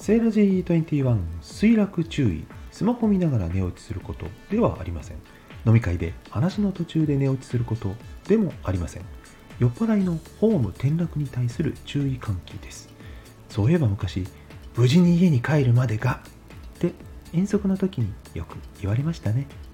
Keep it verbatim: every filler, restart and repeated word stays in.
セーラ ジーにじゅういち 墜落注意。スマホ見ながら寝落ちすることではありません。飲み会で話の途中で寝落ちすることでもありません。酔っ払いのホーム転落に対する注意喚起です。そういえば昔、無事に家に帰るまでがって遠足の時によく言われましたね。